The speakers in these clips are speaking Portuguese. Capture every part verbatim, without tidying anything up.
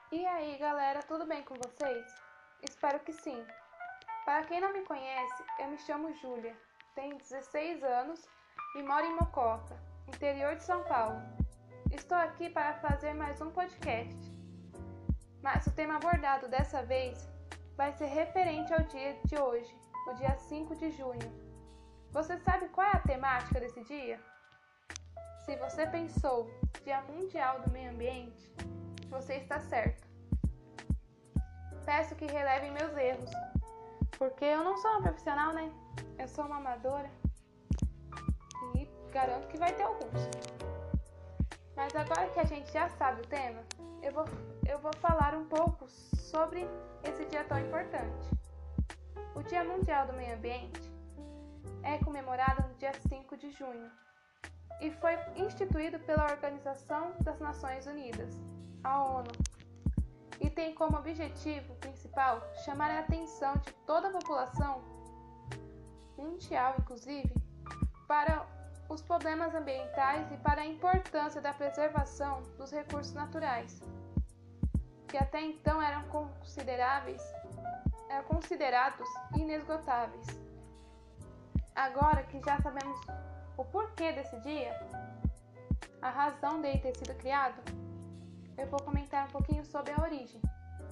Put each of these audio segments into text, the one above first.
E aí, galera, tudo bem com vocês? Espero que sim. Para quem não me conhece, eu me chamo Júlia, tenho dezesseis anos e moro em Mococa, interior de São Paulo. Estou aqui para fazer mais um podcast, mas o tema abordado dessa vez vai ser referente ao dia de hoje, o dia cinco de junho. Você sabe qual é a temática desse dia? Se você pensou Dia Mundial do Meio Ambiente, você está certo. Peço que relevem meus erros, porque eu não sou uma profissional, né? Eu sou uma amadora e garanto que vai ter alguns. Mas agora que a gente já sabe o tema, eu vou, eu vou falar um pouco sobre esse dia tão importante. O Dia Mundial do Meio Ambiente é comemorado no dia cinco de junho e foi instituído pela Organização das Nações Unidas, a ONU, e tem como objetivo principal chamar a atenção de toda a população mundial, inclusive, para os problemas ambientais e para a importância da preservação dos recursos naturais, que até então eram consideráveis, eram considerados inesgotáveis. Agora que já sabemos o porquê desse dia, a razão dele ter sido criado, eu vou comentar um pouquinho sobre a origem.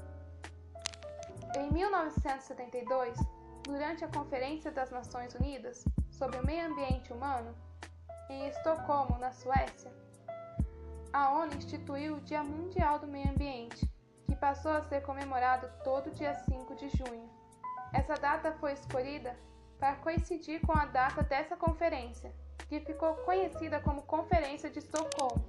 Em mil novecentos e setenta e dois, durante a Conferência das Nações Unidas sobre o Meio Ambiente Humano, em Estocolmo, na Suécia, a ONU instituiu o Dia Mundial do Meio Ambiente, que passou a ser comemorado todo dia cinco de junho. Essa data foi escolhida para coincidir com a data dessa conferência, que ficou conhecida como Conferência de Estocolmo.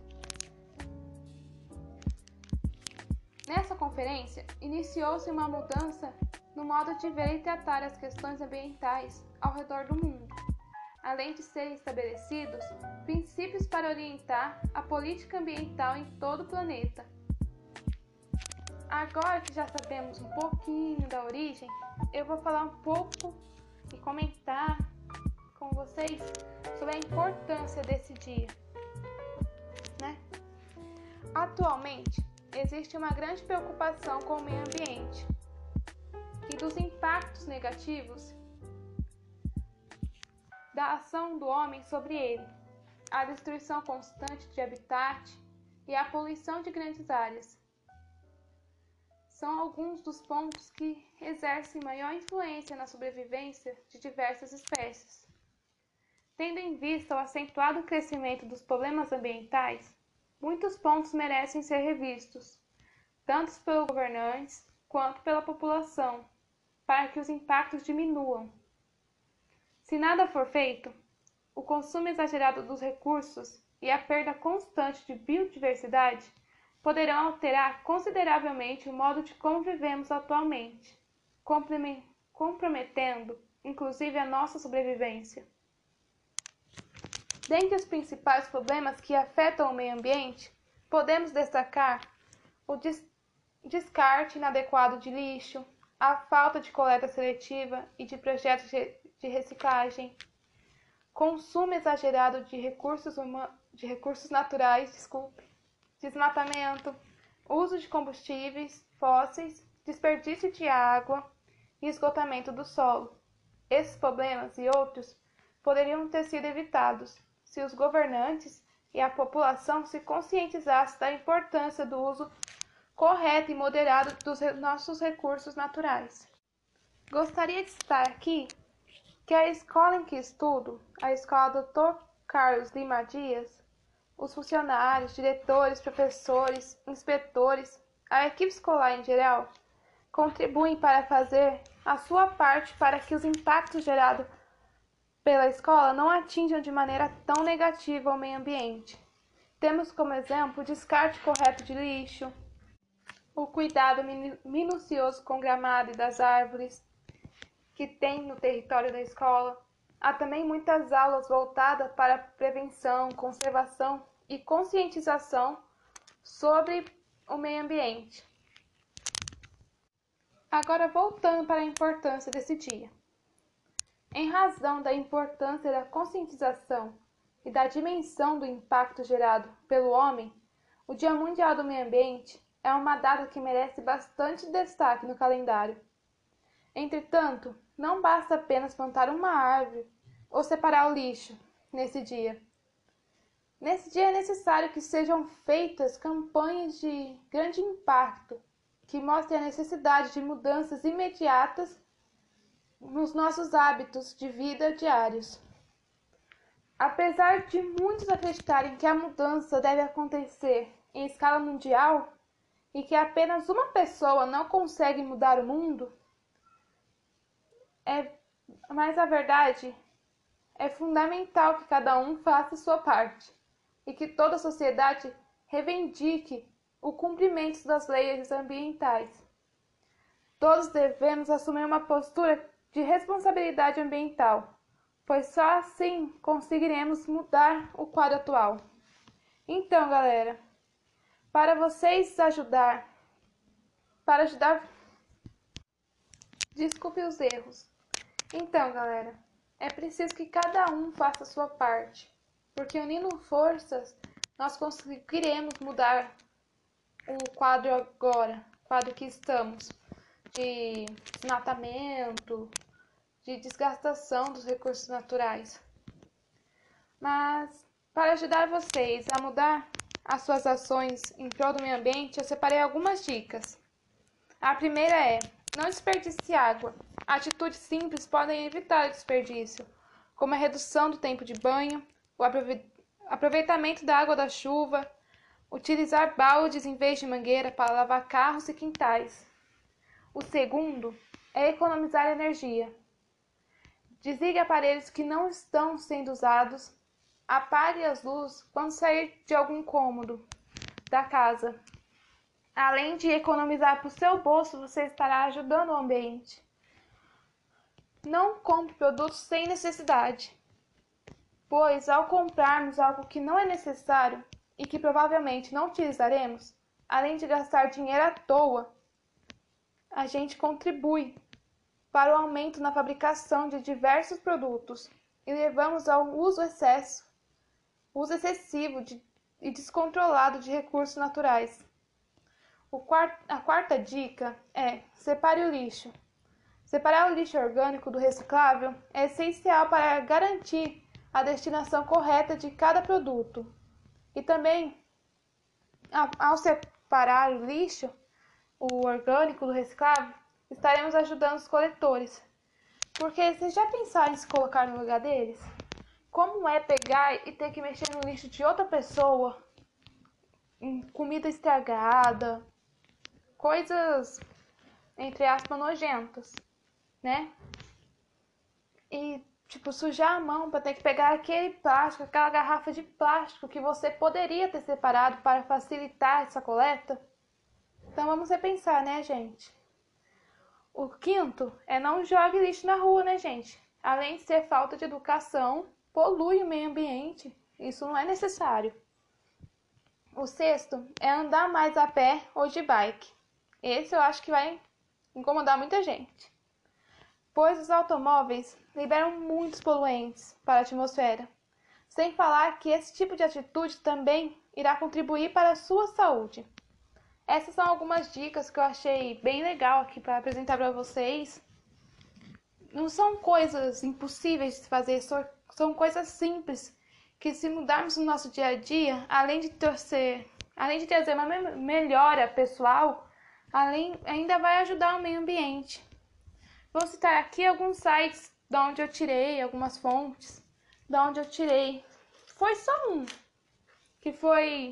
Nessa conferência, iniciou-se uma mudança no modo de ver e tratar as questões ambientais ao redor do mundo, além de serem estabelecidos princípios para orientar a política ambiental em todo o planeta. Agora que já sabemos um pouquinho da origem, eu vou falar um pouco e comentar com vocês sobre a importância desse dia, né? Atualmente, existe uma grande preocupação com o meio ambiente e dos impactos negativos da ação do homem sobre ele, a destruição constante de habitat e a poluição de grandes áreas. São alguns dos pontos que exercem maior influência na sobrevivência de diversas espécies. Tendo em vista o acentuado crescimento dos problemas ambientais, muitos pontos merecem ser revistos, tanto pelos governantes quanto pela população, para que os impactos diminuam. Se nada for feito, o consumo exagerado dos recursos e a perda constante de biodiversidade poderão alterar consideravelmente o modo de como vivemos atualmente, comprometendo, inclusive, a nossa sobrevivência. Dentre os principais problemas que afetam o meio ambiente, podemos destacar o des- descarte inadequado de lixo, a falta de coleta seletiva e de projetos de reciclagem, consumo exagerado de recursos, huma- de recursos naturais, desculpe, desmatamento, uso de combustíveis fósseis, desperdício de água e esgotamento do solo. Esses problemas e outros poderiam ter sido evitados se os governantes e a população se conscientizassem da importância do uso correto e moderado dos nossos recursos naturais. Gostaria de citar aqui que a escola em que estudo, a Escola doutor Carlos Lima Dias, os funcionários, diretores, professores, inspetores, a equipe escolar em geral, contribuem para fazer a sua parte para que os impactos gerados pela escola não atinjam de maneira tão negativa o meio ambiente. Temos como exemplo o descarte correto de lixo, o cuidado minucioso com o gramado e das árvores que tem no território da escola. Há também muitas aulas voltadas para prevenção, conservação e conscientização sobre o meio ambiente. Agora, voltando para a importância desse dia. Em razão da importância da conscientização e da dimensão do impacto gerado pelo homem, o Dia Mundial do Meio Ambiente é uma data que merece bastante destaque no calendário. Entretanto, não basta apenas plantar uma árvore ou separar o lixo nesse dia. Nesse dia é necessário que sejam feitas campanhas de grande impacto, que mostrem a necessidade de mudanças imediatas nos nossos hábitos de vida diários. Apesar de muitos acreditarem que a mudança deve acontecer em escala mundial e que apenas uma pessoa não consegue mudar o mundo, é, mas a verdade é fundamental que cada um faça sua parte e que toda a sociedade reivindique o cumprimento das leis ambientais. Todos devemos assumir uma postura de responsabilidade ambiental, pois só assim conseguiremos mudar o quadro atual. Então, galera, para vocês ajudar, para ajudar, desculpe os erros. Então, galera, é preciso que cada um faça a sua parte, porque unindo forças, nós conseguiremos mudar o quadro agora, o quadro que estamos, de desmatamento, de desgastação dos recursos naturais. Mas, para ajudar vocês a mudar as suas ações em prol do meio ambiente, eu separei algumas dicas. A primeira é: não desperdice água. Atitudes simples podem evitar o desperdício, como a redução do tempo de banho, o aproveitamento da água da chuva, utilizar baldes em vez de mangueira para lavar carros e quintais. O segundo é economizar energia. Desligue aparelhos que não estão sendo usados. Apague as luzes quando sair de algum cômodo da casa. Além de economizar para o seu bolso, você estará ajudando o ambiente. Não compre produtos sem necessidade, pois ao comprarmos algo que não é necessário e que provavelmente não utilizaremos, além de gastar dinheiro à toa, a gente contribui para o aumento na fabricação de diversos produtos e levamos ao uso excesso, uso excessivo de, e descontrolado de recursos naturais. O quart, a quarta dica é: separe o lixo. Separar o lixo orgânico do reciclável é essencial para garantir a destinação correta de cada produto. E também, ao separar o lixo, o orgânico do reciclável, estaremos ajudando os coletores. Porque vocês já pensaram em se colocar no lugar deles? Como é pegar e ter que mexer no lixo de outra pessoa? Em comida estragada, coisas, entre aspas, nojentas, né? E, tipo, sujar a mão para ter que pegar aquele plástico, aquela garrafa de plástico que você poderia ter separado para facilitar essa coleta. Então vamos repensar, né, gente? O quinto é: não jogue lixo na rua, né, gente? Além de ser falta de educação, polui o meio ambiente. Isso não é necessário. O sexto é andar mais a pé ou de bike. Esse eu acho que vai incomodar muita gente, pois os automóveis liberam muitos poluentes para a atmosfera. Sem falar que esse tipo de atitude também irá contribuir para a sua saúde. Essas são algumas dicas que eu achei bem legal aqui para apresentar para vocês. Não são coisas impossíveis de fazer, são coisas simples que, se mudarmos no nosso dia a dia, além de torcer, além de trazer uma melhora pessoal, além, ainda vai ajudar o meio ambiente. Vou citar aqui alguns sites de onde eu tirei, algumas fontes de onde eu tirei. Foi só um, que foi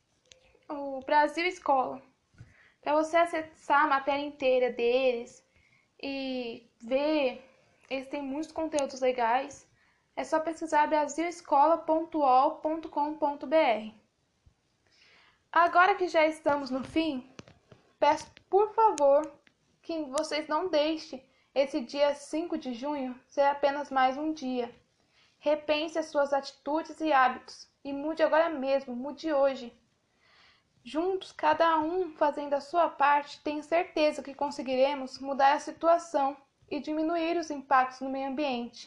o Brasil Escola. Para você acessar a matéria inteira deles e ver, eles têm muitos conteúdos legais, é só pesquisar brasil escola ponto u o l ponto com ponto b r. Agora que já estamos no fim, peço por favor que vocês não deixem esse dia cinco de junho ser apenas mais um dia. Repense as suas atitudes e hábitos e mude agora mesmo, mude hoje. Juntos, cada um fazendo a sua parte, tenho certeza que conseguiremos mudar a situação e diminuir os impactos no meio ambiente.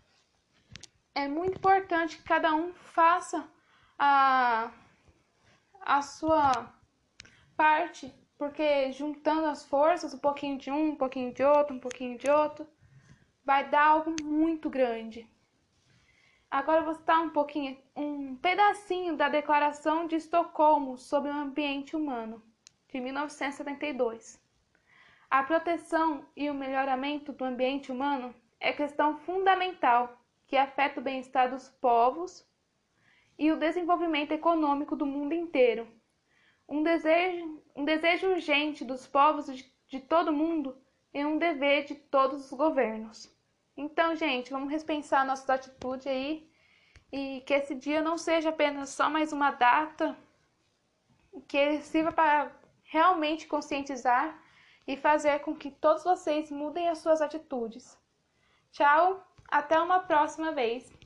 É muito importante que cada um faça a, a sua parte, porque juntando as forças, um pouquinho de um, um pouquinho de outro, um pouquinho de outro, vai dar algo muito grande. Agora eu vou citar um pouquinho, um pedacinho da Declaração de Estocolmo sobre o Ambiente Humano, de mil novecentos e setenta e dois. A proteção e o melhoramento do ambiente humano é questão fundamental que afeta o bem-estar dos povos e o desenvolvimento econômico do mundo inteiro. Um desejo, um desejo urgente dos povos de, de todo mundo e um dever de todos os governos. Então, gente, vamos repensar nossas atitudes aí e que esse dia não seja apenas só mais uma data, que ele sirva para realmente conscientizar e fazer com que todos vocês mudem as suas atitudes. Tchau, até uma próxima vez.